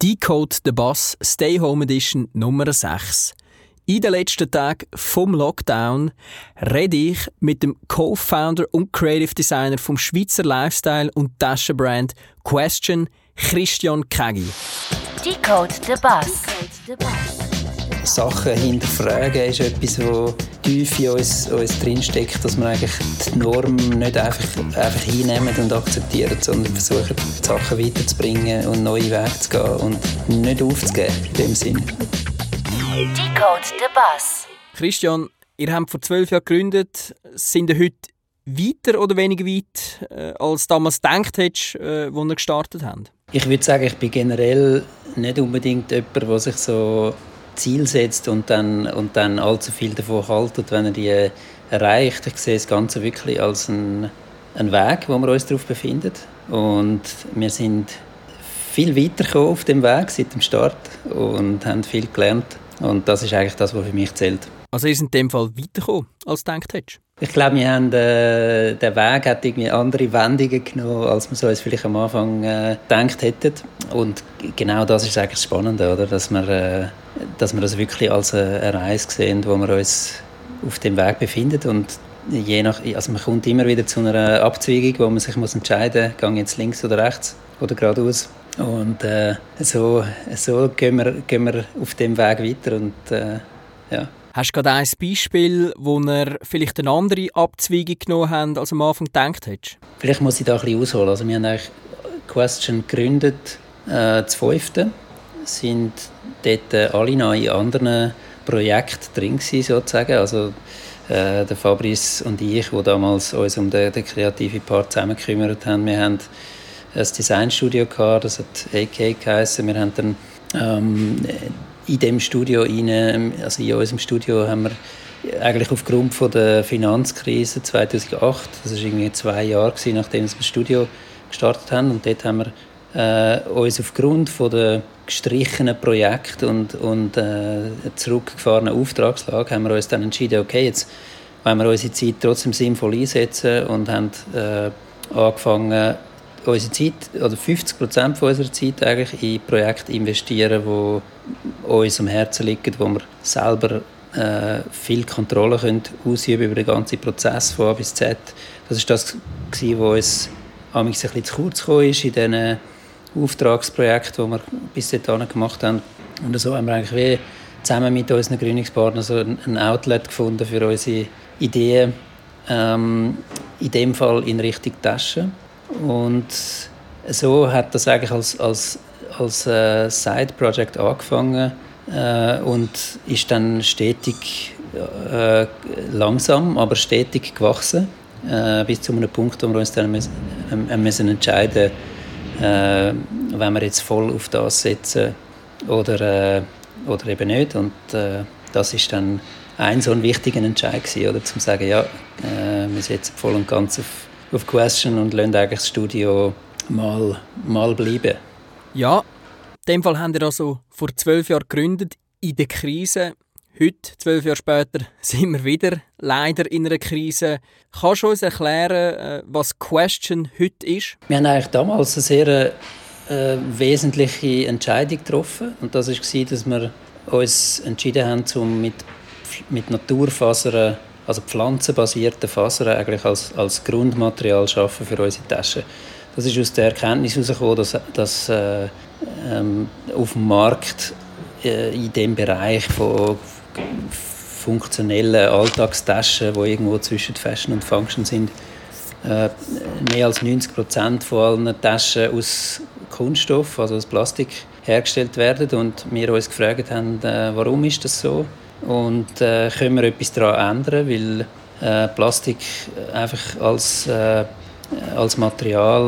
Decode the Bus Stay Home Edition Nummer 6. In den letzten Tagen vom Lockdown rede ich mit dem Co-Founder und Creative Designer vom Schweizer Lifestyle- und Taschenbrand Question, Christian Kägi. Decode the Bus. Sachen hinterfragen ist etwas, das tief in uns drinsteckt, dass wir eigentlich die Norm nicht einfach hinnehmen und akzeptieren, sondern versuchen, die Sachen weiterzubringen und neue Wege zu gehen und nicht aufzugeben in dem Sinn. Decode the Bus. Christian, ihr habt vor 12 Jahren gegründet. Sind ihr heute weiter oder weniger weit, als damals gedacht hättest, als ihr gestartet habt? Ich würde sagen, ich bin generell nicht unbedingt jemand, der sich so Ziel setzt und dann allzu viel davon haltet, wenn er die erreicht. Ich sehe das Ganze wirklich als einen Weg, wo wir uns darauf befinden. Und wir sind viel weitergekommen auf dem Weg seit dem Start und haben viel gelernt. Und das ist eigentlich das, was für mich zählt. Also ihr seid in dem Fall weitergekommen, als du gedacht hättest? Ich glaube, wir haben, der Weg hat irgendwie andere Wendungen genommen, als wir so uns vielleicht am Anfang gedacht hätten. Und genau das ist eigentlich das Spannende, oder? Dass wir das wirklich als eine Reise sehen, wo wir uns auf dem Weg befinden. Und also man kommt immer wieder zu einer Abzweigung, wo man sich entscheiden muss, gehe ich jetzt links oder rechts oder geradeaus. Und so gehen wir auf dem Weg weiter. Und, ja. Hast du gerade ein Beispiel, wo ihr vielleicht eine andere Abzweigung genommen habt, als du am Anfang gedacht hättest? Vielleicht muss ich da ein bisschen ausholen. Also wir haben eigentlich Question gegründet, das 5. Sind dort alle noch in anderen Projekten drin gewesen, sozusagen. Also der Fabrice und ich, die damals uns um den kreativen Part zusammen gekümmert haben. Wir haben ein Designstudio gehabt, das hat AK geheissen. Wir haben dann in dem Studio also in unserem Studio haben wir eigentlich aufgrund von der Finanzkrise 2008, das war irgendwie 2 Jahre nachdem wir das Studio gestartet haben, und dort haben wir uns aufgrund von der gestrichenen Projekte und zurückgefahrenen Auftragslage haben wir uns dann entschieden, okay, jetzt wollen wir unsere Zeit trotzdem sinnvoll einsetzen und haben angefangen, unsere Zeit, oder 50% von unserer Zeit eigentlich in Projekte investieren, die uns am Herzen liegen, wo wir selber viel Kontrolle können ausüben über den ganzen Prozess von A bis Z. Das war das, was uns ein bisschen zu kurz gekommen ist in diesen Auftragsprojekten, die wir bis dahin gemacht haben. Und so haben wir eigentlich zusammen mit unseren Gründungspartnern so ein Outlet gefunden für unsere Ideen, in dem Fall in Richtung Tasche. Und so hat das eigentlich als Side-Project angefangen und ist dann stetig, langsam, aber stetig gewachsen, bis zu einem Punkt, wo wir uns dann müssen entscheiden müssen, wenn wir jetzt voll auf das setzen oder eben nicht. Und das ist dann so ein wichtiger Entscheid gewesen, oder, zum sagen, ja, wir setzen voll und ganz auf Question und lassen eigentlich das Studio mal bleiben. Ja, in dem Fall haben wir also vor 12 Jahren gegründet, in der Krise. Heute, 12 Jahre später, sind wir wieder leider in einer Krise. Kannst du uns erklären, was Question heute ist? Wir haben eigentlich damals eine sehr wesentliche Entscheidung getroffen. Und das war, dass wir uns entschieden haben, um mit Naturfasern, also pflanzenbasierte Fasern, eigentlich als Grundmaterial zu schaffen für unsere Taschen. Das ist aus der Erkenntnis herausgekommen, dass auf dem Markt in dem Bereich von funktionellen Alltagstaschen, die irgendwo zwischen Fashion und Function sind, mehr als 90% von allen Taschen aus Kunststoff, also aus Plastik, hergestellt werden. Und wir uns gefragt haben, warum ist das so? Und können wir etwas daran ändern, weil Plastik einfach als Material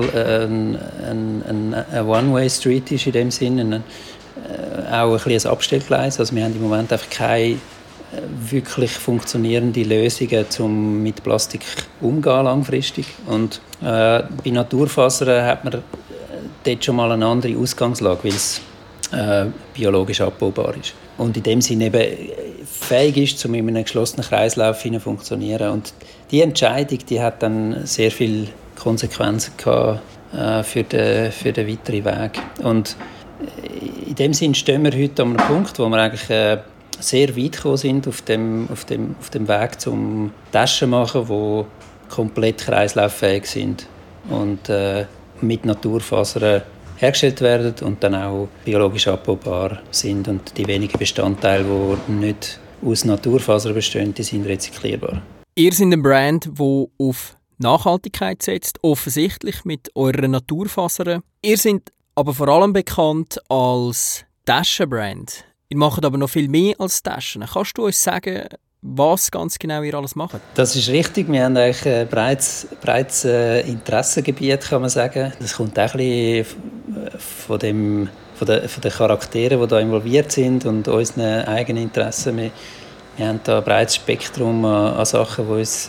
eine One-Way-Street ist in dem Sinne, auch ein bisschen ein Abstellgleis. Also wir haben im Moment einfach keine wirklich funktionierende Lösungen, um mit Plastik umzugehen langfristig. Und bei Naturfasern hat man dort schon mal eine andere Ausgangslage, weil es biologisch abbaubar ist. Und in dem Sinne eben fähig ist, um in einem geschlossenen Kreislauf zu funktionieren. Und die Entscheidung, die hat dann sehr viele Konsequenzen gehabt für den weiteren Weg. Und in dem Sinn stehen wir heute an einem Punkt, wo wir eigentlich sehr weit gekommen sind auf dem Weg zum Taschen machen, die komplett kreislauffähig sind und mit Naturfasern hergestellt werden und dann auch biologisch abbaubar sind. Und die wenigen Bestandteile, die nicht aus Naturfasern bestehen, die sind rezyklierbar. Ihr seid eine Brand, die auf Nachhaltigkeit setzt, offensichtlich mit euren Naturfasern. Ihr seid aber vor allem bekannt als Taschenbrand. Ihr macht aber noch viel mehr als Taschen. Kannst du uns sagen, was ganz genau ihr alles macht? Das ist richtig. Wir haben eigentlich ein breites Interessengebiet, kann man sagen. Das kommt auch ein bisschen von den Charakteren, die da involviert sind und unseren eigenen Interessen. Wir haben da ein breites Spektrum an Sachen, die uns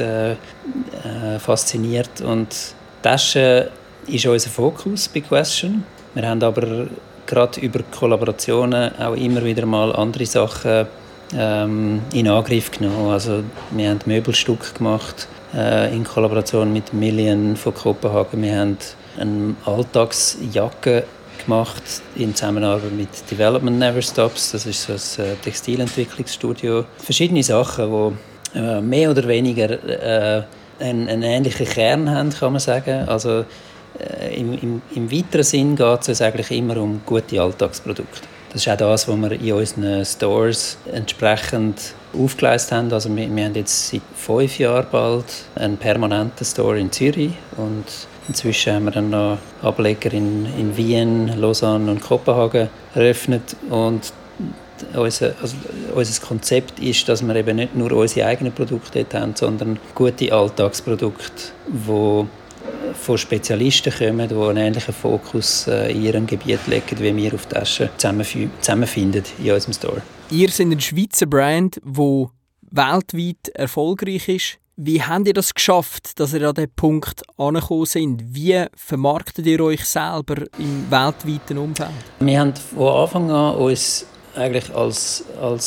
fasziniert. Und Taschen ist unser Fokus bei Question. Wir haben aber gerade über Kollaborationen auch immer wieder mal andere Sachen in Angriff genommen. Also wir haben Möbelstücke gemacht in Kollaboration mit Million von Kopenhagen. Wir haben eine Alltagsjacke gemacht in Zusammenarbeit mit Development Never Stops. Das ist so ein Textilentwicklungsstudio. Verschiedene Sachen, die mehr oder weniger einen ähnlichen Kern haben, kann man sagen. Also im weiteren Sinn geht es uns eigentlich immer um gute Alltagsprodukte. Das ist auch das, was wir in unseren Stores entsprechend aufgeleistet haben. Also wir haben jetzt seit 5 Jahren bald einen permanenten Store in Zürich und inzwischen haben wir dann noch Ableger in Wien, Lausanne und Kopenhagen eröffnet. Und unser Konzept ist, dass wir eben nicht nur unsere eigenen Produkte dort haben, sondern gute Alltagsprodukte, die von Spezialisten kommen, die einen ähnlichen Fokus in ihrem Gebiet legen, wie wir auf Taschen zusammenfinden in unserem Store. Ihr seid eine Schweizer Brand, die weltweit erfolgreich ist. Wie habt ihr das geschafft, dass ihr an diesen Punkt angekommen seid? Wie vermarktet ihr euch selber im weltweiten Umfeld? Wir haben von Anfang an uns eigentlich als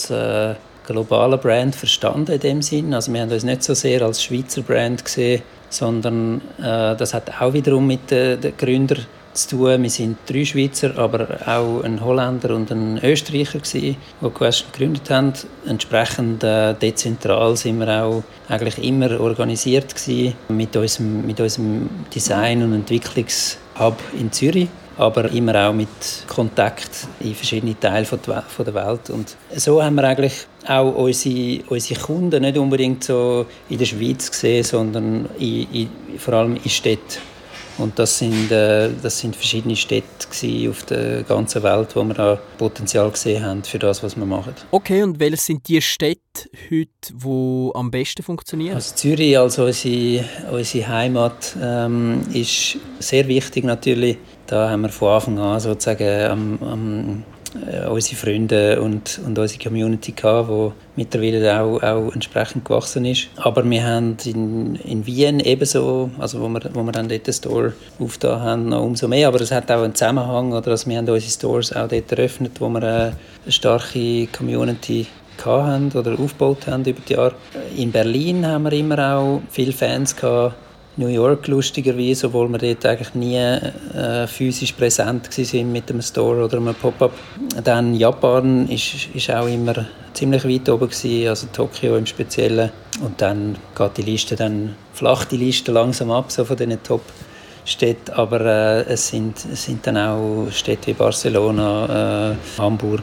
globale Brand verstanden in dem Sinn. Also wir haben uns nicht so sehr als Schweizer Brand gesehen, sondern das hat auch wiederum mit den Gründern zu tun. Wir sind 3 Schweizer, aber auch ein Holländer und ein Österreicher gewesen, die Question gegründet haben. Entsprechend dezentral sind wir auch eigentlich immer organisiert gewesen mit unserem Design- und Entwicklungshub in Zürich, aber immer auch mit Kontakt in verschiedene Teile von der Welt. Und so haben wir eigentlich auch unsere Kunden nicht unbedingt so in der Schweiz gesehen, sondern vor allem in Städten. Und das sind verschiedene Städte auf der ganzen Welt, wo wir da Potenzial gesehen haben für das, was wir machen. Okay, und welche sind die Städte heute, die am besten funktionieren? Also Zürich als unsere Heimat ist sehr wichtig natürlich. Da haben wir von Anfang an sozusagen unsere Freunde und unsere Community gehabt, die mittlerweile auch entsprechend gewachsen ist. Aber wir haben in Wien ebenso, also wo wir dann dort den Store aufgetan haben, noch umso mehr. Aber es hat auch einen Zusammenhang, oder also wir haben unsere Stores auch dort eröffnet, wo wir eine starke Community hatten oder aufgebaut haben über die Jahre. In Berlin haben wir immer auch viele Fans gehabt. New York lustigerweise, obwohl wir dort eigentlich nie physisch präsent waren mit einem Store oder einem Pop-up. Dann Japan ist auch immer ziemlich weit oben gewesen, also Tokio im Speziellen. Und dann geht die Liste flacht die Liste langsam ab, so von diesen Top-Städten. Aber es sind dann auch Städte wie Barcelona, Hamburg,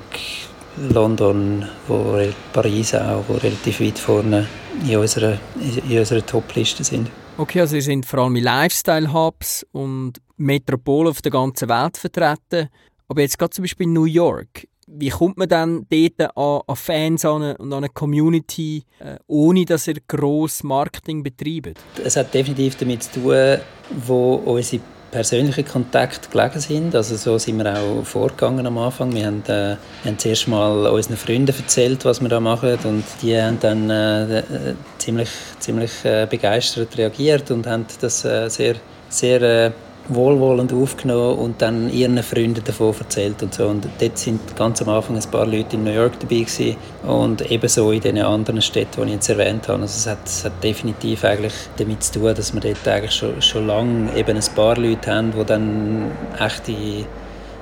London, Paris auch, die relativ weit vorne in unserer Top-Liste sind. Okay, also ihr seid vor allem in Lifestyle-Hubs und Metropolen auf der ganzen Welt vertreten. Aber jetzt gerade zum Beispiel in New York. Wie kommt man dann dort an Fans und an eine Community, ohne dass ihr grosses Marketing betreibt? Es hat definitiv damit zu tun, wo unsere persönlichen Kontakte gelegen sind. Also so sind wir auch vorgegangen am Anfang. Wir haben zuerst mal unseren Freunden erzählt, was wir da machen, und die haben dann ziemlich begeistert reagiert und haben das sehr, sehr wohlwollend aufgenommen und dann ihren Freunden davon erzählt und so. Und dort sind ganz am Anfang ein paar Leute in New York dabei gewesen und ebenso in den anderen Städten, die ich jetzt erwähnt habe. Also es hat definitiv eigentlich damit zu tun, dass wir dort eigentlich schon lange eben ein paar Leute haben, die dann echte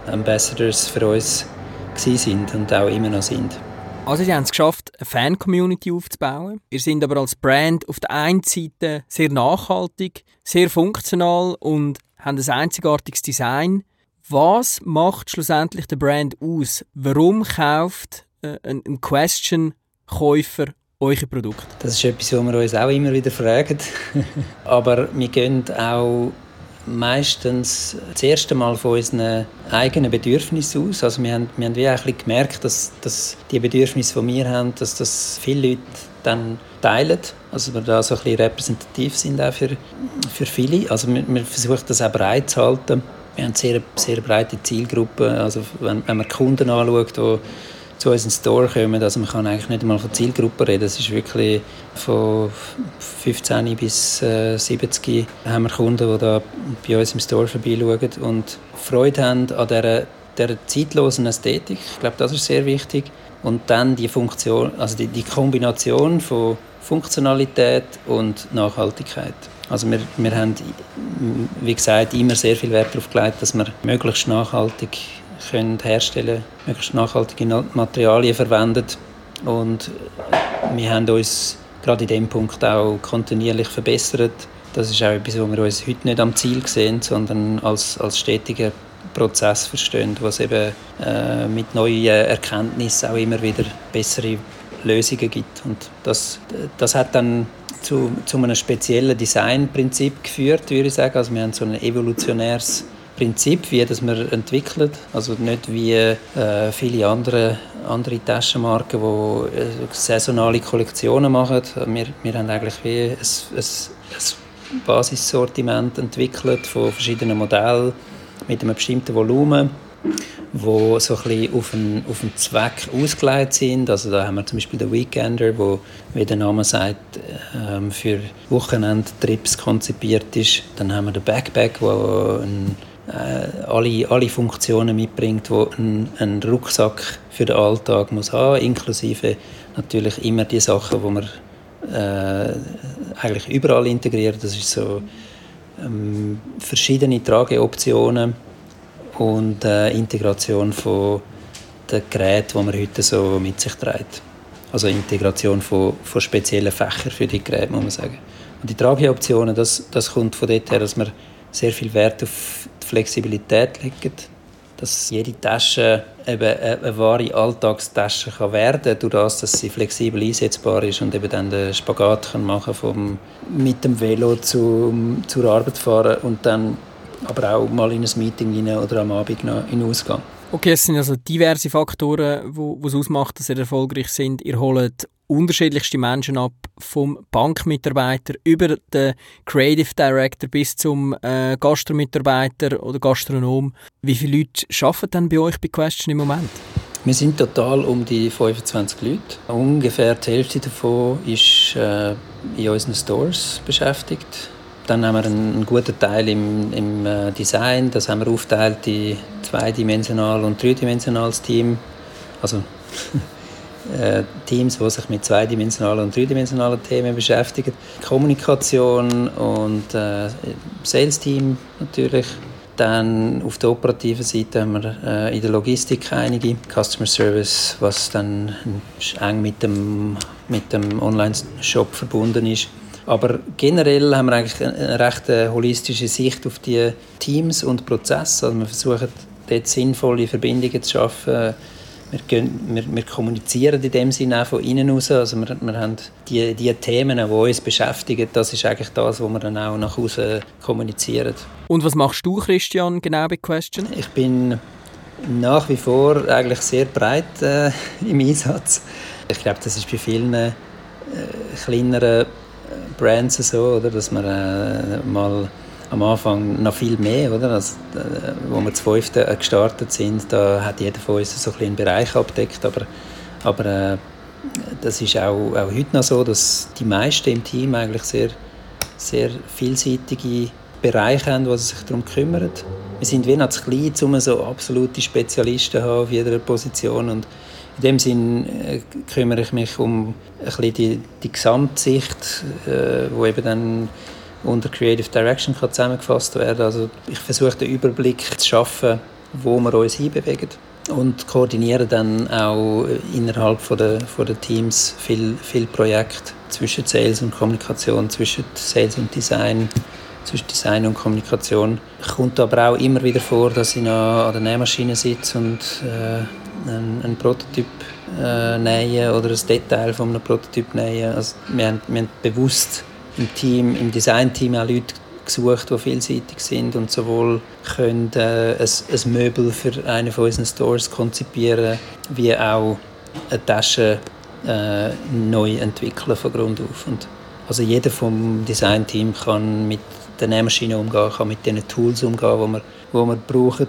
Ambassadors für uns sind und auch immer noch sind. Also Sie haben es geschafft, eine Fan-Community aufzubauen. Ihr seid aber als Brand auf der einen Seite sehr nachhaltig, sehr funktional und haben ein einzigartiges Design. Was macht schlussendlich der Brand aus? Warum kauft ein Question-Käufer eure Produkte? Das ist etwas, was wir uns auch immer wieder fragen. Aber wir gehen auch meistens das erste Mal von unseren eigenen Bedürfnissen aus. Also wir haben wie ein bisschen gemerkt, dass die Bedürfnisse, die wir haben, dass das viele Leute dann teilen. Also wir da so ein bisschen repräsentativ sind auch für viele. Also wir versuchen das auch breit zu halten. Wir haben eine sehr breite Zielgruppe. Also wenn man Kunden anschaut, die zu uns in den Store kommen, also man kann eigentlich nicht einmal von Zielgruppen reden. Es ist wirklich von 15 bis 70 haben wir Kunden, die da bei uns im Store vorbeischauen und Freude haben an dieser zeitlosen Ästhetik. Ich glaube, das ist sehr wichtig. Und dann die Funktion, also die Kombination von Funktionalität und Nachhaltigkeit. Also wir haben, wie gesagt, immer sehr viel Wert darauf gelegt, dass wir möglichst nachhaltig herstellen können, möglichst nachhaltige Materialien verwenden. Und wir haben uns gerade in diesem Punkt auch kontinuierlich verbessert. Das ist auch etwas, was wir uns heute nicht am Ziel sehen, sondern als stetigen Prozess verstehen, was eben mit neuen Erkenntnissen auch immer wieder bessere Lösungen gibt. Und das hat dann zu einem speziellen Designprinzip geführt, würde ich sagen. Also wir haben so ein evolutionäres Prinzip, wie das wir entwickeln. Also nicht wie viele andere Taschenmarken, die saisonale Kollektionen machen. Wir haben eigentlich wie ein Basissortiment entwickelt von verschiedenen Modellen mit einem bestimmten Volumen, die so ein bisschen auf einen Zweck ausgelegt sind. Also da haben wir zum Beispiel den Weekender, wo, wie der Name sagt, für Wochenendtrips konzipiert ist. Dann haben wir den Backpack, wo alle Funktionen mitbringt, die ein Rucksack für den Alltag muss haben, inklusive natürlich immer die Sachen, die man eigentlich überall integriert. Das ist so verschiedene Trageoptionen und Integration von den Geräten, die man heute so mit sich trägt. Also Integration von speziellen Fächern für die Geräte, muss man sagen. Und die Trageoptionen, das kommt von dort her, dass wir sehr viel Wert auf die Flexibilität legen, dass jede Tasche eben eine wahre Alltagstasche kann werden, durch das, dass sie flexibel einsetzbar ist und eben dann den Spagat kann machen mit dem Velo zur Arbeit fahren und dann aber auch mal in ein Meeting rein oder am Abend noch hinausgehen. Okay, es sind also diverse Faktoren, die es ausmacht, dass ihr erfolgreich sind. Ihr holt unterschiedlichste Menschen ab, vom Bankmitarbeiter über den Creative Director bis zum Gastromitarbeiter oder Gastronom. Wie viele Leute arbeiten denn bei euch bei Question im Moment? Wir sind total um die 25 Leute. Ungefähr die Hälfte davon ist in unseren Stores beschäftigt. Dann haben wir einen guten Teil im Design. Das haben wir aufgeteilt in zweidimensional und dreidimensionales Team. Also Teams, die sich mit zweidimensionalen und dreidimensionalen Themen beschäftigen. Kommunikation und Sales-Team natürlich. Dann auf der operativen Seite haben wir in der Logistik einige. Customer Service, was dann eng mit dem Online-Shop verbunden ist. Aber generell haben wir eigentlich eine recht holistische Sicht auf die Teams und Prozesse. Also wir versuchen, dort sinnvolle Verbindungen zu schaffen. Wir kommunizieren in dem Sinne auch von innen raus. Also wir haben die Themen, die uns beschäftigen, das ist eigentlich das, was wir dann auch nach außen kommunizieren. Und was machst du, Christian, genau bei Question? Ich bin nach wie vor eigentlich sehr breit im Einsatz. Ich glaube, das ist bei vielen kleineren Brands so, oder, dass man mal am Anfang noch viel mehr, oder? Also, wo wir zu 5. gestartet sind, da hat jeder von uns so ein einen Bereich abdeckt, aber das ist auch heute noch so, dass die meisten im Team eigentlich sehr, sehr vielseitige Bereiche haben, die sich darum kümmern. Wir sind wie noch zu klein, um so absolute Spezialisten zu haben auf jeder Position, und in dem Sinn kümmere ich mich um ein bisschen die Gesamtsicht, wo eben dann unter Creative Direction kann zusammengefasst werden. Also ich versuche den Überblick zu schaffen wo wir uns hinbewegen. Und koordinieren dann auch innerhalb von der Teams viel Projekte zwischen Sales und Kommunikation, zwischen Sales und Design, zwischen Design und Kommunikation. Es kommt aber auch immer wieder vor, dass ich an der Nähmaschine sitze und einen Prototyp nähe oder ein Detail von einem Prototyp nähe. Also wir haben bewusst im Designteam auch Leute gesucht, die vielseitig sind und sowohl können ein Möbel für einen von unseren Stores konzipieren, wie auch eine Tasche neu entwickeln von Grund auf. Und also jeder vom Designteam kann mit der Nähmaschine umgehen, kann mit den Tools umgehen, die wir brauchen.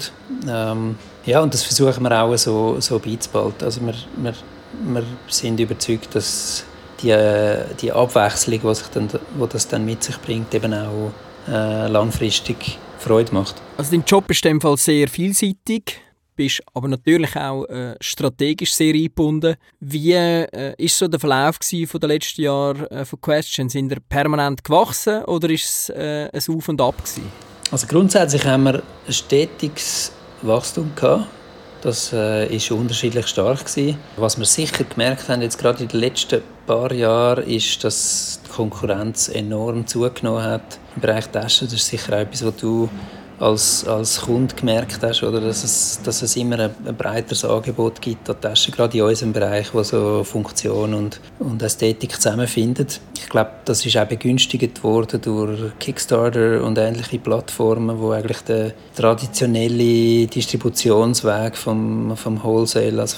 Und das versuchen wir auch so beizubehalten. Also wir sind überzeugt, dass die Abwechslung, die das dann mit sich bringt, eben auch langfristig Freude macht. Also dein Job ist in dem Fall sehr vielseitig, bist aber natürlich auch strategisch sehr eingebunden. Wie ist so der Verlauf von den letzten Jahren von Question? Sind ihr permanent gewachsen oder ist es ein Auf und Ab gewesen? Also grundsätzlich haben wir ein stetiges Wachstum gehabt. Das ist unterschiedlich stark gewesen. Was wir sicher gemerkt haben, jetzt gerade in den letzten paar Jahren, ist, dass die Konkurrenz enorm zugenommen hat im Bereich Taschen. Das ist sicher auch etwas, was du als Kunde gemerkt hast, oder? Dass es immer ein breiteres Angebot gibt an Taschen, gerade in unserem Bereich, wo so Funktion und Ästhetik zusammenfindet. Ich glaube, das ist auch begünstigt worden durch Kickstarter und ähnliche Plattformen, wo eigentlich der traditionelle Distributionsweg vom Wholesale, also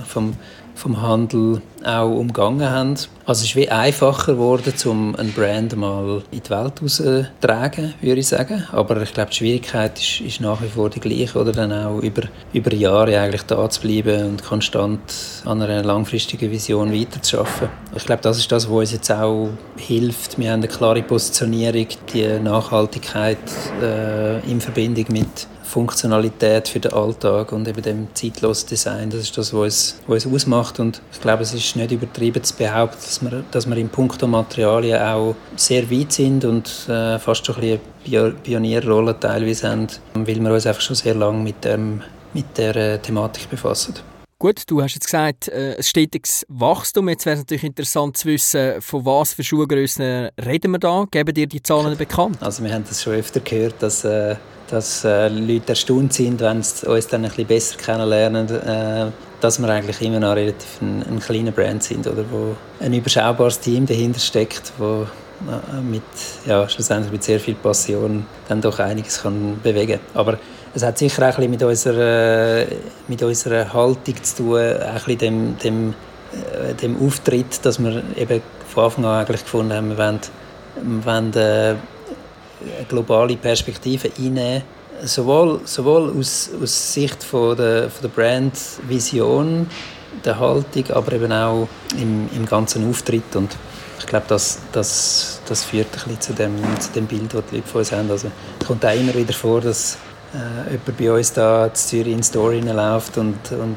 vom Handel auch umgangen haben. Also es ist wie einfacher geworden, um einen Brand mal in die Welt rauszutragen, würde ich sagen. Aber ich glaube, die Schwierigkeit ist nach wie vor die gleiche, oder dann auch über Jahre eigentlich da zu bleiben und konstant an einer langfristigen Vision weiterzuarbeiten. Ich glaube, das ist das, was uns jetzt auch hilft. Wir haben eine klare Positionierung, die Nachhaltigkeit in Verbindung mit Funktionalität für den Alltag und eben dem zeitlosen Design. Das ist das, was uns ausmacht. Und ich glaube, es ist nicht übertrieben zu behaupten, dass wir in puncto Materialien auch sehr weit sind und fast schon ein bisschen eine Pionierrolle teilweise haben, weil wir uns einfach schon sehr lange mit der Thematik befassen. Gut, du hast jetzt gesagt, ein stetiges Wachstum. Jetzt wäre es natürlich interessant zu wissen, von was für Schuhgrössen reden wir da? Geben dir die Zahlen bekannt? Also wir haben das schon öfter gehört, dass Leute erstaunt sind, wenn sie uns dann ein bisschen besser kennenlernen, dass wir eigentlich immer noch relativ ein kleiner Brand sind, oder wo ein überschaubares Team dahinter steckt, wo schlussendlich mit sehr viel Passion dann doch einiges kann bewegen. Aber es hat sicher auch ein bisschen mit unserer Haltung zu tun, auch ein bisschen dem Auftritt, dass wir eben von Anfang an eigentlich gefunden haben, wir wollen eine globale Perspektive einnehmen, sowohl aus Sicht von der Brand-Vision, der Haltung, aber eben auch im ganzen Auftritt. Und ich glaube, das führt ein bisschen zu dem Bild, das die Leute von uns haben. Also, es kommt auch immer wieder vor, dass jemand bei uns da in Zürich in den Store reinläuft und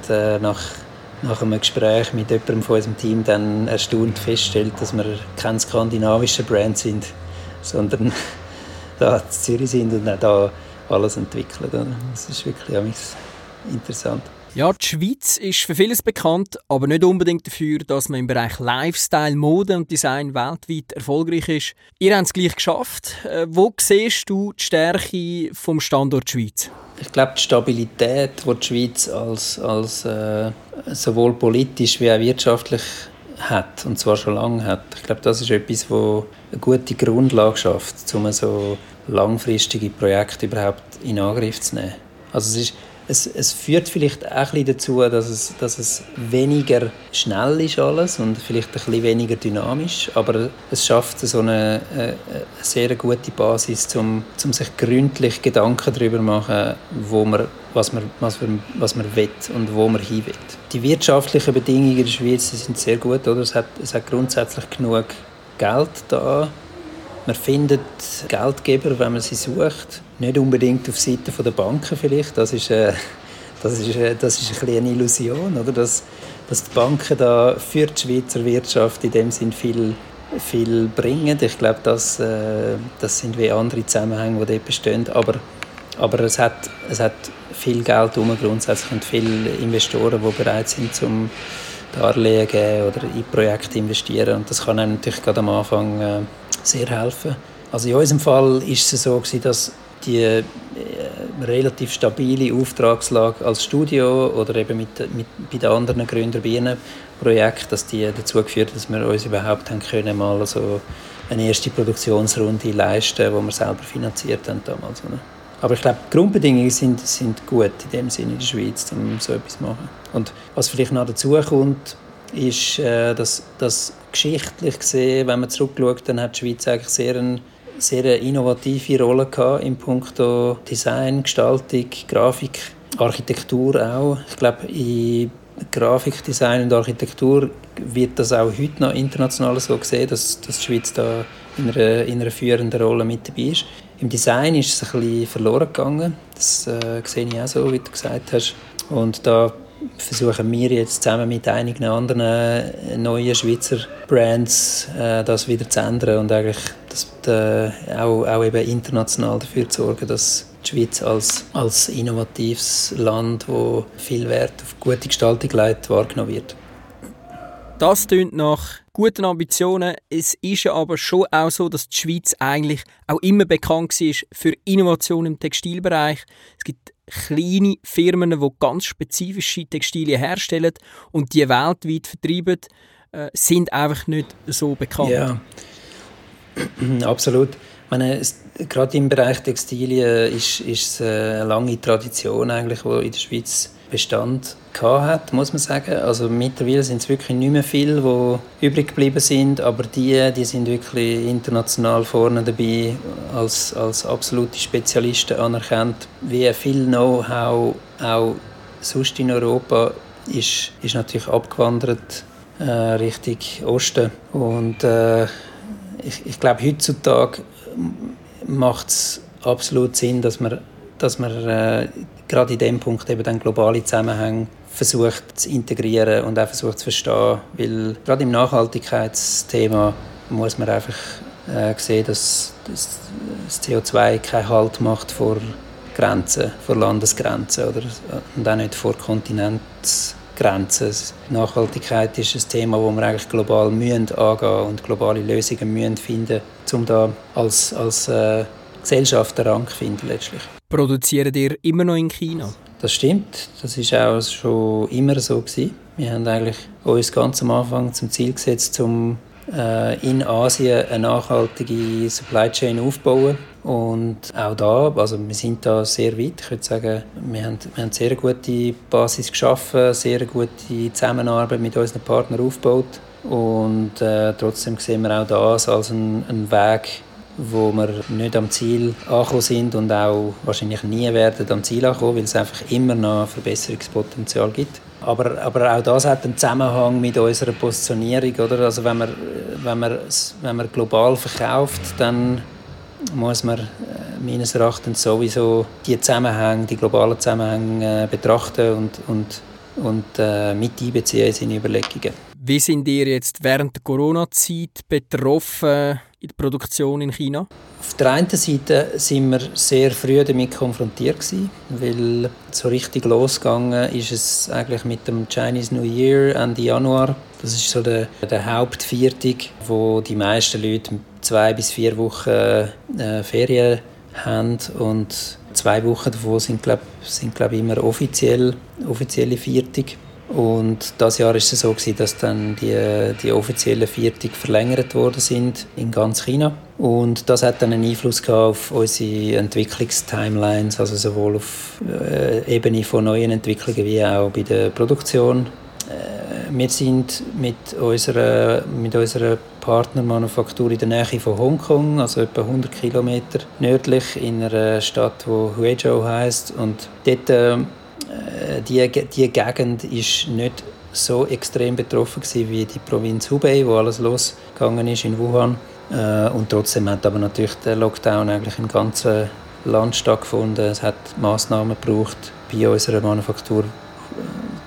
nach einem Gespräch mit jemandem von unserem Team dann erstaunt feststellt, dass wir kein skandinavischer Brand sind, sondern da in Zürich sind und auch da alles entwickeln. Das ist wirklich interessant. Ja, die Schweiz ist für vieles bekannt, aber nicht unbedingt dafür, dass man im Bereich Lifestyle, Mode und Design weltweit erfolgreich ist. Ihr habt es gleich geschafft. Wo siehst du die Stärke vom Standort Schweiz? Ich glaube, die Stabilität, die die Schweiz als sowohl politisch wie auch wirtschaftlich hat, und zwar schon lange hat, ich glaube, das ist etwas, das eine gute Grundlage schafft, um so langfristige Projekte überhaupt in Angriff zu nehmen. Also es führt vielleicht auch ein bisschen dazu, dass es weniger schnell ist alles und vielleicht ein bisschen weniger dynamisch, aber es schafft so eine sehr gute Basis, um sich gründlich Gedanken darüber zu machen, was man will und wo man hin will. Die wirtschaftlichen Bedingungen in der Schweiz sind sehr gut, oder? Es hat grundsätzlich genug Geld da. Man findet Geldgeber, wenn man sie sucht. Nicht unbedingt auf Seite der Banken vielleicht. Das ist ein bisschen eine Illusion, oder? Dass die Banken da für die Schweizer Wirtschaft in dem Sinn viel bringen. Ich glaube, das sind wie andere Zusammenhänge, die dort bestehen. Aber Aber es hat viel Geld herum, grundsätzlich, und viele Investoren, die bereit sind, zum Darlehen geben oder in Projekte investieren. Und das kann einem natürlich gerade am Anfang sehr helfen. Also in unserem Fall war es so, dass die relativ stabile Auftragslage als Studio oder eben bei den anderen Gründer bei ihren Projekten, dass die dazu geführt hat, dass wir uns überhaupt haben können, mal so eine erste Produktionsrunde leisten, die wir selber finanziert haben damals. Oder? Aber ich glaube, die Grundbedingungen sind gut in dem Sinne in der Schweiz, um so etwas zu machen. Und was vielleicht noch dazu kommt, ist, dass geschichtlich gesehen, wenn man zurückschaut, dann hat die Schweiz eigentlich sehr innovative Rolle gehabt in puncto Design, Gestaltung, Grafik, Architektur auch. Ich glaube, in Grafik, Design und Architektur wird das auch heute noch international so gesehen, dass die Schweiz da in einer führenden Rolle mit dabei ist. Im Design ist es ein bisschen verloren gegangen. Das sehe ich auch so, wie du gesagt hast. Und da versuchen wir jetzt zusammen mit einigen anderen neuen Schweizer Brands das wieder zu ändern und eigentlich auch eben international dafür zu sorgen, dass die Schweiz als innovatives Land, das viel Wert auf gute Gestaltung legt, wahrgenommen wird. Das klingt nach guten Ambitionen. Es ist ja aber schon auch so, dass die Schweiz eigentlich auch immer bekannt war für Innovation im Textilbereich. Es gibt kleine Firmen, die ganz spezifische Textilien herstellen und die weltweit vertreiben, sind einfach nicht so bekannt. Ja, absolut. Ich meine, gerade im Bereich Textilien ist es eine lange Tradition, eigentlich, die in der Schweiz Bestand hat, muss man sagen. Also mittlerweile sind es wirklich nicht mehr viele, die übrig geblieben sind, aber die sind wirklich international vorne dabei, als absolute Spezialisten anerkannt. Wie viel Know-how auch sonst in Europa ist natürlich abgewandert Richtung Osten. Und ich glaube, heutzutage macht es absolut Sinn, dass man gerade in dem Punkt eben dann globale Zusammenhänge versucht zu integrieren und auch versucht zu verstehen. Weil gerade im Nachhaltigkeitsthema muss man einfach sehen, dass das CO2 keinen Halt macht vor Grenzen, vor Landesgrenzen und auch nicht vor Kontinentsgrenzen. Nachhaltigkeit ist ein Thema, das wir eigentlich global angehen und globale Lösungen finden müssen, um da als Gesellschaft einen Rang zu finden letztlich. Produziert ihr immer noch in China? Das stimmt. Das war auch schon immer so gewesen. Wir haben eigentlich uns ganz am Anfang zum Ziel gesetzt, um in Asien eine nachhaltige Supply Chain aufzubauen. Und auch da, also wir sind da sehr weit. Ich würde sagen, wir haben eine sehr gute Basis geschaffen, sehr gute Zusammenarbeit mit unseren Partnern aufgebaut. Und trotzdem sehen wir auch das als einen Weg, wo wir nicht am Ziel angekommen sind und auch wahrscheinlich nie werden am Ziel ankommen, weil es einfach immer noch Verbesserungspotenzial gibt. Aber auch das hat einen Zusammenhang mit unserer Positionierung, oder? Also wenn man global verkauft, dann muss man meines Erachtens sowieso die globalen Zusammenhänge betrachten und mit einbeziehen in seine Überlegungen. Wie sind ihr jetzt während der Corona-Zeit betroffen in der Produktion in China? Auf der einen Seite sind wir sehr früh damit konfrontiert gewesen, weil so richtig losgegangen ist es eigentlich mit dem Chinese New Year Ende Januar. Das ist so der Hauptviertag, wo die meisten Leute 2 bis 4 Wochen Ferien haben und 2 Wochen davon sind glaube ich, immer offizielle Viertage. Und dieses Jahr war es so, dass dann die offiziellen Viertage verlängert worden sind in ganz China. Und das hat dann einen Einfluss gehabt auf unsere Entwicklungstimelines, also sowohl auf Ebene von neuen Entwicklungen wie auch bei der Produktion. Wir sind mit unserer Partnermanufaktur in der Nähe von Hongkong, also etwa 100 Kilometer nördlich, in einer Stadt, die Huizhou heisst. Und dort die Gegend war nicht so extrem betroffen wie die Provinz Hubei, wo alles losgegangen ist in Wuhan. Und trotzdem hat aber natürlich der Lockdown eigentlich im ganzen Land stattgefunden. Es hat Massnahmen gebraucht bei unserer Manufaktur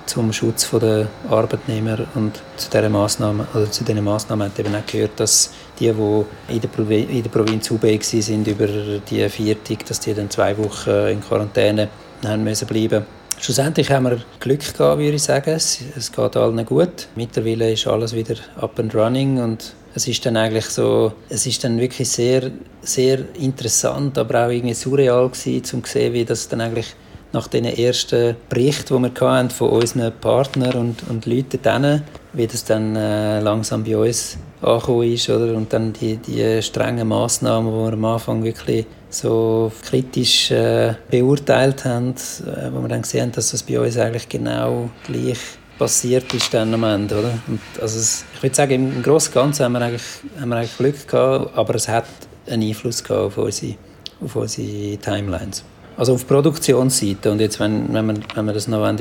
zum Schutz der Arbeitnehmer. Und zu diesen Massnahmen hat eben auch gehört, dass die in der Provinz Hubei waren über die Viertig, dass die dann 2 Wochen in Quarantäne haben müssen bleiben. Schlussendlich haben wir Glück gehabt, würde ich sagen. Es geht allen gut. Mittlerweile ist alles wieder up and running und es ist dann wirklich sehr, sehr interessant, aber auch irgendwie surreal gewesen, um zu sehen, wie das dann eigentlich nach den ersten Berichten, die wir hatten von unseren Partnern und Leuten dann, wie das dann langsam bei uns angekommen ist, oder? Und dann die strengen Massnahmen, die wir am Anfang wirklich so kritisch beurteilt haben, wo wir dann gesehen haben, dass das bei uns eigentlich genau gleich passiert ist dann am Ende, oder? Und also ich würde sagen, im Großen und Ganzen haben wir eigentlich Glück gehabt, aber es hat einen Einfluss gehabt auf unsere Timelines. Also auf Produktionsseite. Und jetzt, wenn wir das noch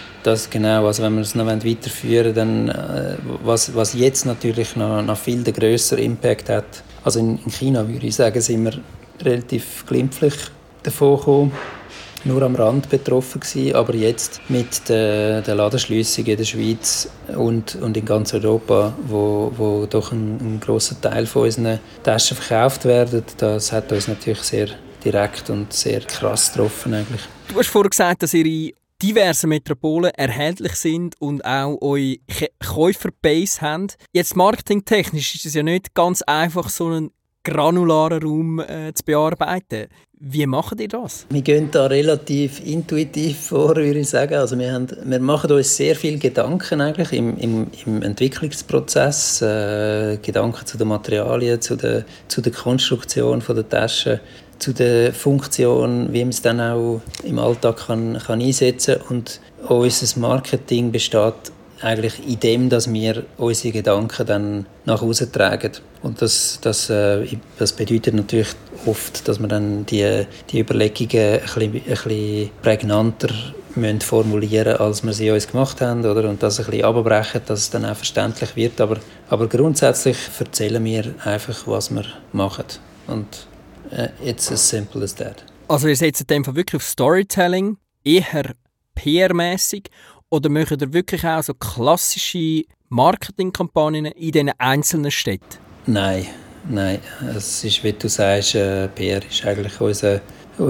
weiterführen, dann was jetzt natürlich noch viel grösser Impact hat. Also in China würde ich sagen, sind wir relativ glimpflich davon gekommen. Nur am Rand betroffen gewesen, aber jetzt mit der Ladenschliessung in der Schweiz und in ganz Europa, wo doch ein grosser Teil von unseren Taschen verkauft werden, das hat uns natürlich sehr direkt und sehr krass getroffen eigentlich. Du hast vorhin gesagt, dass ihr in diversen Metropolen erhältlich sind und auch eure Käuferbase habt. Jetzt marketingtechnisch ist es ja nicht ganz einfach, so einen granularen Raum zu bearbeiten. Wie macht ihr das? Wir gehen da relativ intuitiv vor, würde ich sagen. Also wir machen uns sehr viel Gedanken eigentlich im Entwicklungsprozess. Gedanken zu den Materialien, zu der Konstruktion der Taschen, zu der Funktion, wie man es dann auch im Alltag kann einsetzen kann. Und unser Marketing besteht eigentlich in dem, dass wir unsere Gedanken dann nach außen tragen. Und das bedeutet natürlich oft, dass wir dann die Überlegungen ein bisschen prägnanter formulieren müssen, als wir sie uns gemacht haben, oder? Und das ein bisschen abbrechen, dass es dann auch verständlich wird. Aber grundsätzlich erzählen wir einfach, was wir machen. Und it's as simple as that. Also ihr setzt in dem Fall wirklich auf Storytelling, eher PR-mässig, oder macht ihr wirklich auch so klassische Marketingkampagnen in diesen einzelnen Städten? Nein. Es ist, wie du sagst, PR ist eigentlich unser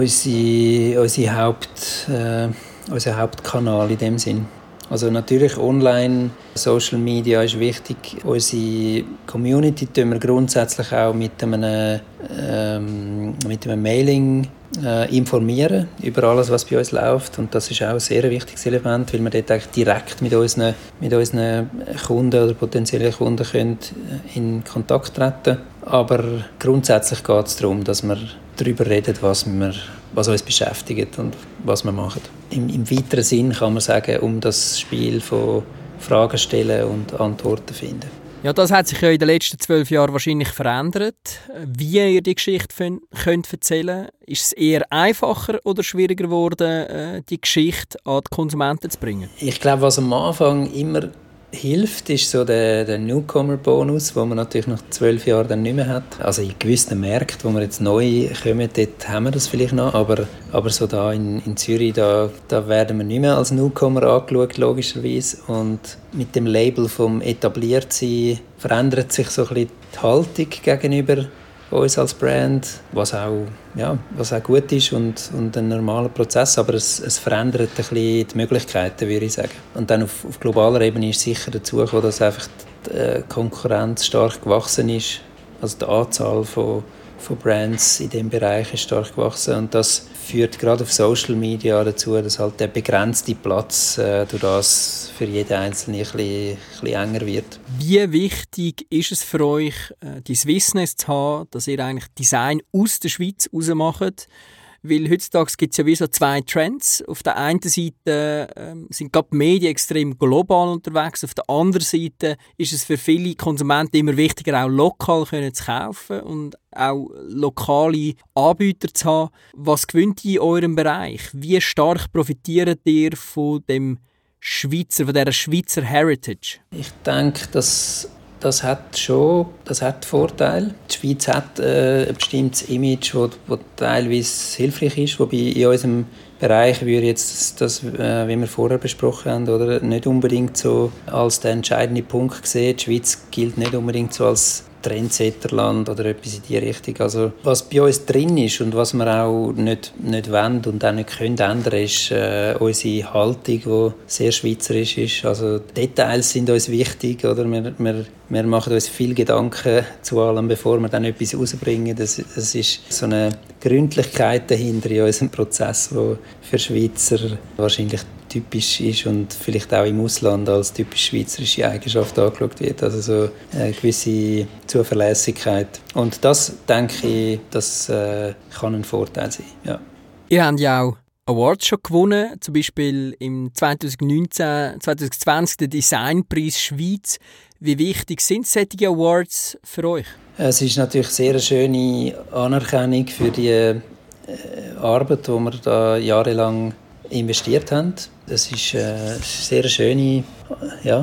Hauptkanal in dem Sinn. Also natürlich online, Social Media ist wichtig. Unsere Community tun wir grundsätzlich auch mit einem Mailing informieren über alles, was bei uns läuft. Und das ist auch ein sehr wichtiges Element, weil wir dort eigentlich direkt mit unseren Kunden oder potenziellen Kunden können in Kontakt treten. Aber grundsätzlich geht es darum, dass wir darüber reden, was uns beschäftigt und was wir machen. Im weiteren Sinn kann man sagen, um das Spiel von Fragen stellen und Antworten finden. Ja, das hat sich ja in den letzten 12 Jahren wahrscheinlich verändert. Wie ihr die Geschichte könnt erzählen, ist es eher einfacher oder schwieriger geworden, die Geschichte an die Konsumenten zu bringen? Ich glaube, was am Anfang immer hilft, ist so der Newcomer-Bonus, den man natürlich nach 12 Jahren dann nicht mehr hat. Also in gewissen Märkten, wo wir jetzt neu kommen, dort haben wir das vielleicht noch, aber so da in Zürich, da werden wir nicht mehr als Newcomer angeschaut, logischerweise. Und mit dem Label vom Etabliertsein verändert sich so ein bisschen die Haltung gegenüber uns als Brand, was auch gut ist und ein normaler Prozess, aber es verändert ein bisschen die Möglichkeiten, würde ich sagen. Und dann auf globaler Ebene ist sicher dazu gekommen, dass einfach die Konkurrenz stark gewachsen ist, also die Anzahl von Brands in diesem Bereich ist stark gewachsen und das führt gerade auf Social Media dazu, dass halt der begrenzte Platz durch das für jeden Einzelnen ein bisschen enger wird. Wie wichtig ist es für euch, die Swissness zu haben, dass ihr eigentlich Design aus der Schweiz raus macht? Weil heutzutage gibt es ja wie so 2 Trends. Auf der einen Seite sind gerade die Medien extrem global unterwegs. Auf der anderen Seite ist es für viele Konsumenten immer wichtiger, auch lokal zu kaufen und auch lokale Anbieter zu haben. Was gewinnt ihr in eurem Bereich? Wie stark profitiert ihr von dieser Schweizer Heritage? Ich denke, dass das hat Vorteile. Die Schweiz hat ein bestimmtes Image, das teilweise hilfreich ist, wobei in unserem Bereich würde jetzt das, wie wir vorher besprochen haben, oder nicht unbedingt so als der entscheidende Punkt gesehen. Die Schweiz gilt nicht unbedingt so als Trendsetterland oder etwas in die Richtung. Also, was bei uns drin ist und was wir auch nicht wollen und auch nicht können ändern, ist unsere Haltung, die sehr schweizerisch ist. Also, Details sind uns wichtig. Oder? Wir machen uns viel Gedanken zu allem, bevor wir dann etwas rausbringen. Das ist so eine Gründlichkeit dahinter in unserem Prozess, die für Schweizer wahrscheinlich typisch ist und vielleicht auch im Ausland als typisch schweizerische Eigenschaft angeschaut wird. Also so eine gewisse Zuverlässigkeit. Und das, denke ich, das kann ein Vorteil sein. Ja. Ihr habt ja auch Awards schon gewonnen, zum Beispiel im 2019-2020 den Designpreis Schweiz. Wie wichtig sind solche Awards für euch? Es ist natürlich sehr eine schöne Anerkennung für die Arbeit, die wir da jahrelang investiert haben. Das ist sehr schöne, ja.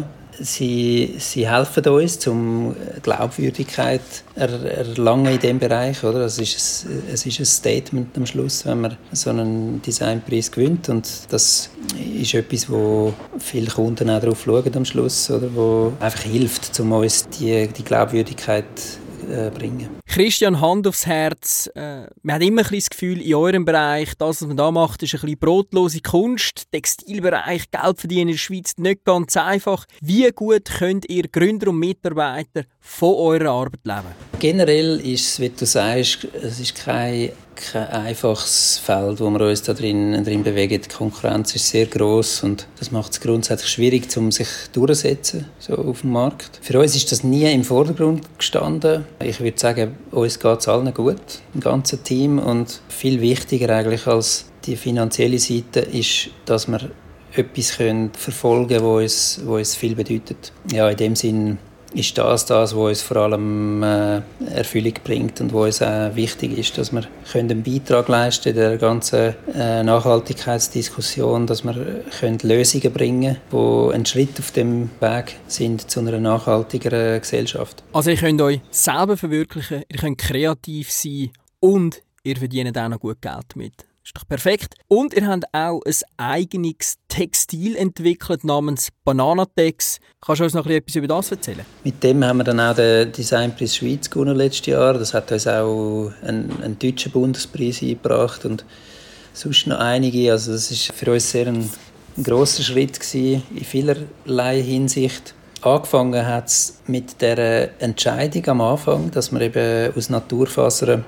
Sie helfen uns, um Glaubwürdigkeit erlangen in diesem Bereich. Oder? Es ist ein Statement am Schluss, wenn man so einen Designpreis gewinnt. Und das ist etwas, wo viele Kunden auch darauf schauen am Schluss, oder? Wo einfach hilft, um uns die Glaubwürdigkeit bringen. Christian, Hand aufs Herz. Man hat immer ein bisschen das Gefühl, in eurem Bereich, das, was man da macht, ist ein bisschen brotlose Kunst. Textilbereich, Geld verdienen in der Schweiz nicht ganz einfach. Wie gut könnt ihr Gründer und Mitarbeiter von eurer Arbeit leben? Generell ist es, wie du sagst, es ist kein einfaches Feld, wo wir uns da drin bewegen. Die Konkurrenz ist sehr gross und das macht es grundsätzlich schwierig, um sich durchzusetzen so auf dem Markt. Für uns ist das nie im Vordergrund gestanden. Ich würde sagen, uns geht es allen gut, im ganzen Team. Und viel wichtiger eigentlich als die finanzielle Seite ist, dass wir etwas verfolgen können, was uns viel bedeutet. Ja, in dem Sinn ist das, was uns vor allem Erfüllung bringt und was uns auch wichtig ist, dass wir einen Beitrag leisten in der ganzen Nachhaltigkeitsdiskussion, dass wir Lösungen bringen können, die ein Schritt auf dem Weg sind zu einer nachhaltigeren Gesellschaft. Also ihr könnt euch selber verwirklichen, ihr könnt kreativ sein und ihr verdient auch noch gut Geld mit. Das ist doch perfekt. Und ihr habt auch ein eigenes Textil entwickelt namens Bananatex. Kannst du uns noch etwas über das erzählen? Mit dem haben wir dann auch den Designpreis Schweiz gewonnen letztes Jahr. Das hat uns auch einen deutschen Bundespreis eingebracht und sonst noch einige. Also das ist für uns sehr ein grosser Schritt gewesen, in vielerlei Hinsicht. Angefangen hat es mit der Entscheidung am Anfang, dass wir eben aus Naturfasern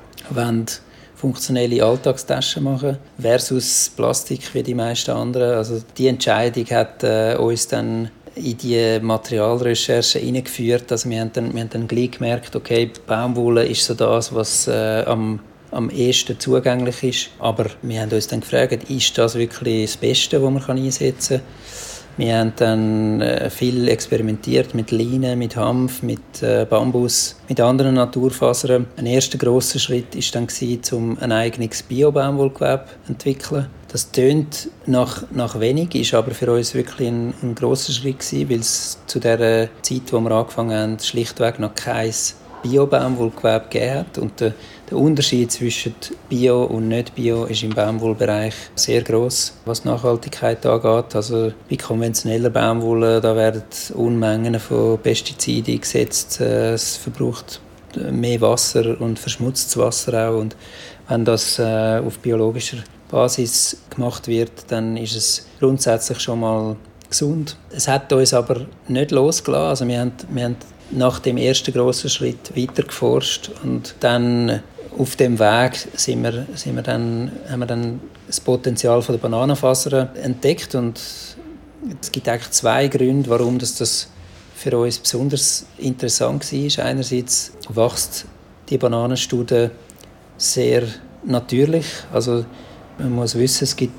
funktionelle Alltagstaschen machen versus Plastik wie die meisten anderen. Also die Entscheidung hat uns dann in die Materialrecherche hineingeführt. Also wir haben dann gleich gemerkt, okay, Baumwolle ist so das, was am ehesten zugänglich ist. Aber wir haben uns dann gefragt, ist das wirklich das Beste, was man einsetzen kann? Wir haben dann viel experimentiert mit Leinen, mit Hanf, mit Bambus, mit anderen Naturfasern. Ein erster grosser Schritt war dann, um ein eigenes Bio-Baumwollgewebe zu entwickeln. Das tönt nach wenig, ist aber für uns wirklich ein grosser Schritt gewesen, weil es zu der Zeit, wo wir angefangen haben, schlichtweg noch kein Bio-Baumwollgewebe gegeben hat. Und der Unterschied zwischen Bio und Nicht-Bio ist im Baumwollbereich sehr gross, was Nachhaltigkeit angeht. Also bei konventioneller Baumwolle da werden Unmengen von Pestiziden eingesetzt. Es verbraucht mehr Wasser und verschmutztes Wasser auch. Und wenn das auf biologischer Basis gemacht wird, dann ist es grundsätzlich schon mal gesund. Es hat uns aber nicht losgelassen. Also wir haben nach dem ersten grossen Schritt weiter geforscht und dann auf dem Weg haben wir dann das Potenzial der Bananenfasern entdeckt und es gibt eigentlich zwei Gründe, warum das für uns besonders interessant war. Einerseits wächst die Bananenstaude sehr natürlich, also man muss wissen, es gibt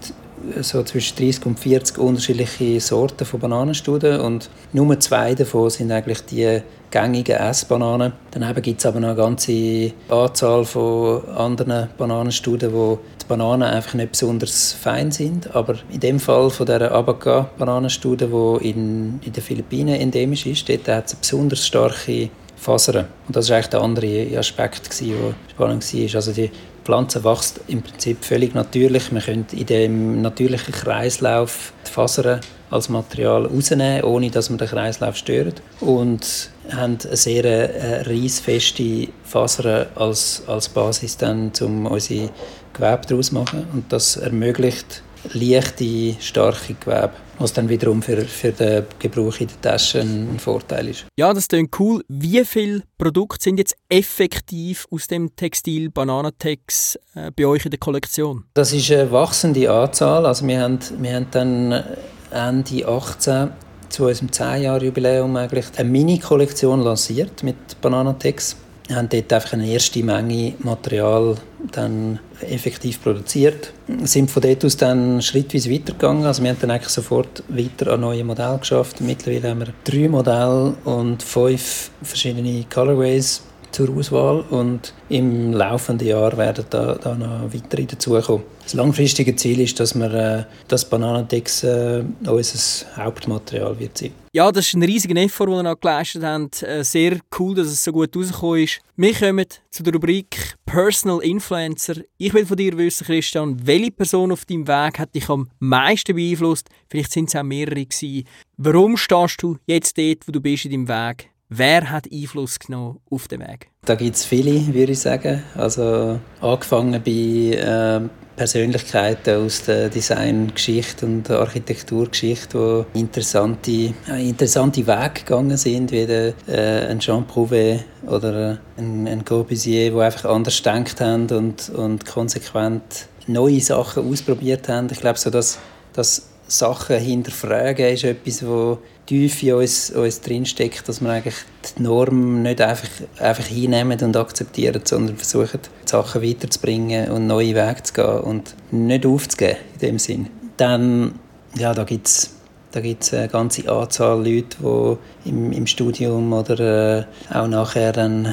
so zwischen 30 und 40 unterschiedliche Sorten von Bananenstuden und nur 2 davon sind eigentlich die gängigen Essbananen. Daneben gibt es aber noch eine ganze Anzahl von anderen Bananenstuden, wo die Bananen einfach nicht besonders fein sind. Aber in dem Fall von dieser Abaca-Bananenstude, die in den Philippinen endemisch ist, dort hat es eine besonders starke Fasern. Und das war eigentlich der andere Aspekt, der spannend war. Also die Pflanze wächst im Prinzip völlig natürlich. Man könnte in dem natürlichen Kreislauf die Fasern als Material rausnehmen, ohne dass man den Kreislauf stört. Und haben eine sehr reissfeste Fasern als Basis, dann, um unsere Gewebe daraus zu machen. Und das ermöglicht leichte, starke Gewebe, was dann wiederum für den Gebrauch in der Tasche ein Vorteil ist. Ja, das klingt cool. Wie viele Produkte sind jetzt effektiv aus dem Textil Bananatex bei euch in der Kollektion? Das ist eine wachsende Anzahl. Also wir haben dann Ende 18 zu unserem 10-Jahr-Jubiläum eigentlich eine Mini-Kollektion lanciert mit Bananatex. Wir haben dort einfach eine erste Menge Material dann effektiv produziert. Wir sind von dort aus dann schrittweise weitergegangen. Also wir haben dann eigentlich sofort weiter an neue Modelle geschafft. Mittlerweile haben wir 3 Modelle und 5 verschiedene Colorways zur Auswahl und im laufenden Jahr werden da noch weitere dazukommen. Das langfristige Ziel ist, dass wir das Bananatex unser Hauptmaterial wird sein. Ja, das ist ein riesiger Effort, den ihr noch geleistet habt. Sehr cool, dass es so gut rausgekommen ist. Wir kommen zu der Rubrik Personal Influencer. Ich will von dir wissen, Christian, welche Person auf deinem Weg hat dich am meisten beeinflusst? Vielleicht sind es auch mehrere gewesen. Warum stehst du jetzt dort, wo du bist in deinem Weg? Wer hat Einfluss genommen auf den Weg? Da gibt es viele, würde ich sagen. Also angefangen bei Persönlichkeiten aus der Designgeschichte und der Architekturgeschichte, die interessante Wege gegangen sind, wie ein Jean Prouvé oder ein Corbusier, die einfach anders gedacht haben und konsequent neue Sachen ausprobiert haben. Ich glaube, so dass Sachen hinterfragen ist etwas, das tief in uns drinsteckt, dass wir eigentlich die Norm nicht einfach hinnehmen und akzeptieren, sondern versuchen, die Sachen weiterzubringen und neue Wege zu gehen und nicht aufzugeben in dem Sinn. Dann, ja, da gibt's eine ganze Anzahl Leute, die im Studium oder auch nachher dann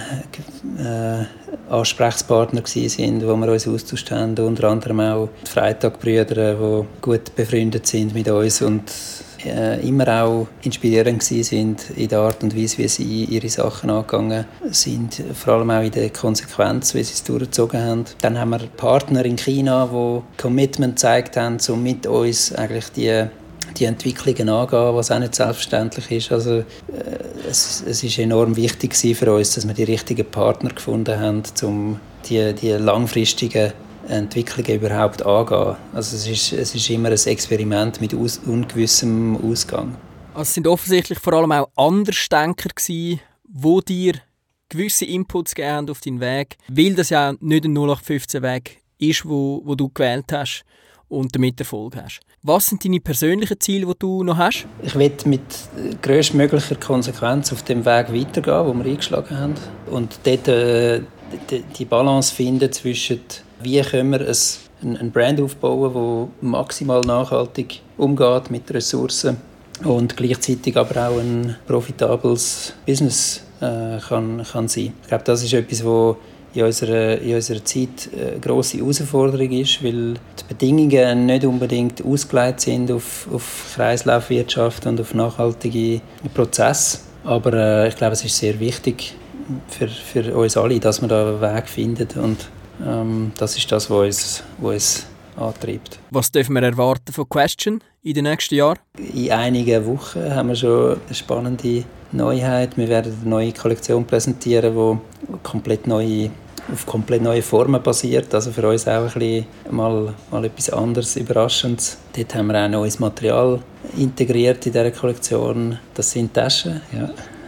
Ansprechpartner waren, wo wir uns austauscht haben. Unter anderem auch die Freitag-Brüder, die gut befreundet sind mit uns und immer auch inspirierend waren in der Art und Weise, wie sie ihre Sachen angegangen sind. Vor allem auch in der Konsequenz, wie sie es durchgezogen haben. Dann haben wir Partner in China, die Commitment gezeigt haben, um mit uns eigentlich die Entwicklungen angehen, was auch nicht selbstverständlich ist. Also, es ist enorm wichtig für uns, dass wir die richtigen Partner gefunden haben, um die langfristigen Entwicklungen überhaupt angehen. Also es ist immer ein Experiment mit ungewissem Ausgang. Also es sind offensichtlich vor allem auch Andersdenker gewesen, die dir gewisse Inputs gegeben haben auf deinen Weg, weil das ja nicht ein 0815-Weg ist, wo du gewählt hast und damit Erfolg hast. Was sind deine persönlichen Ziele, die du noch hast? Ich will mit grösstmöglicher Konsequenz auf dem Weg weitergehen, den wir eingeschlagen haben. Und dort die Balance finden zwischen, wie können wir einen Brand aufbauen, der maximal nachhaltig umgeht mit Ressourcen und gleichzeitig aber auch ein profitables Business kann sein. Ich glaube, das ist etwas, was in unserer Zeit eine grosse Herausforderung ist, weil die Bedingungen nicht unbedingt ausgelegt sind auf Kreislaufwirtschaft und auf nachhaltige Prozesse. Aber ich glaube, es ist sehr wichtig für uns alle, dass wir da einen Weg finden. Und das ist das, was uns antreibt. Was dürfen wir erwarten von Question in den nächsten Jahren? In einigen Wochen haben wir schon eine spannende Neuheit. Wir werden eine neue Kollektion präsentieren, die auf komplett neue Formen basiert. Also für uns auch ein bisschen mal etwas anderes, Überraschendes. Dort haben wir auch neues Material integriert in dieser Kollektion. Das sind Taschen, ja.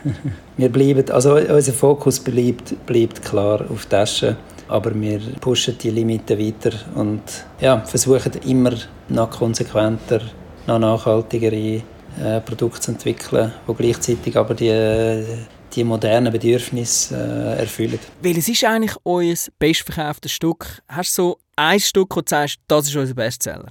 Unser Fokus bleibt klar auf Taschen, aber wir pushen die Limiten weiter und versuchen immer noch konsequenter, noch nachhaltigere Produkte zu entwickeln, die gleichzeitig aber die modernen Bedürfnisse erfüllen. Welches ist eigentlich euer bestverkauftes Stück? Hast du so ein Stück, wo du sagst, das ist unser Bestseller?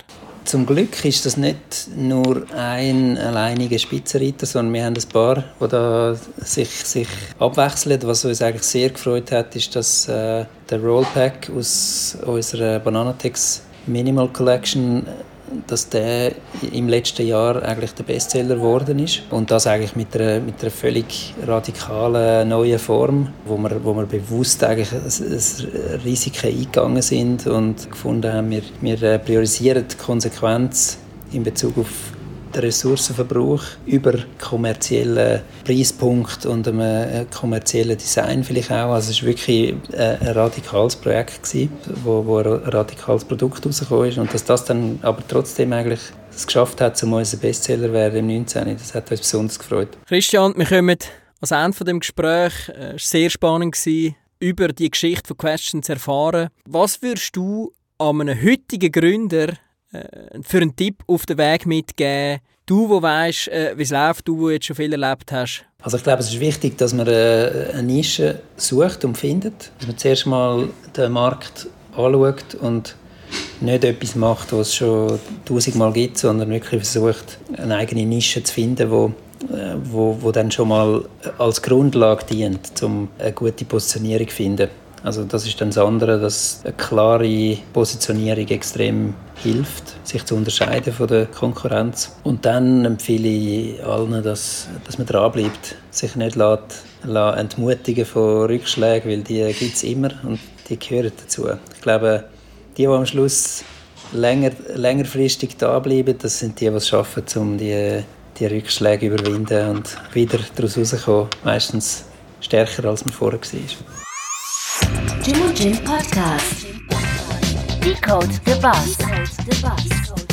Zum Glück ist das nicht nur ein alleiniger Spitzenreiter, sondern wir haben ein paar, die da sich abwechseln. Was uns eigentlich sehr gefreut hat, ist, dass der Rollpack aus unserer Bananatex Minimal Collection, dass der im letzten Jahr eigentlich der Bestseller geworden ist. Und das eigentlich mit einer völlig radikalen neuen Form, wo wir bewusst eigentlich ein Risiken eingegangen sind und gefunden haben, wir priorisieren die Konsequenz in Bezug auf den Ressourcenverbrauch über kommerziellen Preispunkt und einem kommerziellen Design vielleicht auch. Also es war wirklich ein radikales Projekt, wo ein radikales Produkt rausgekommen ist und dass das dann aber trotzdem eigentlich es geschafft hat, um unser Bestseller zu werden im 19. Das hat uns besonders gefreut. Christian, wir kommen ans Ende von dem Gespräch. Es war sehr spannend, über die Geschichte von Question zu erfahren. Was würdest du an einem heutigen Gründer für einen Tipp auf den Weg mitgeben? Du, der weisst, wie es läuft, du, der jetzt schon viel erlebt hast. Also ich glaube, es ist wichtig, dass man eine Nische sucht und findet. Dass man zuerst mal den Markt anschaut und nicht etwas macht, was es schon 1000-mal gibt, sondern wirklich versucht, eine eigene Nische zu finden, wo dann schon mal als Grundlage dient, um eine gute Positionierung zu finden. Also das ist dann das andere, dass eine klare Positionierung extrem hilft, sich zu unterscheiden von der Konkurrenz. Und dann empfehle ich allen, dass man dranbleibt, sich nicht entmutigen von Rückschlägen, weil die gibt es immer und die gehören dazu. Ich glaube, die am Schluss längerfristig da bleiben, das sind die es schaffen, um die Rückschläge zu überwinden und wieder daraus rauszukommen, meistens stärker, als man vorher war. Jim und Jim Podcast. Decode the Bus.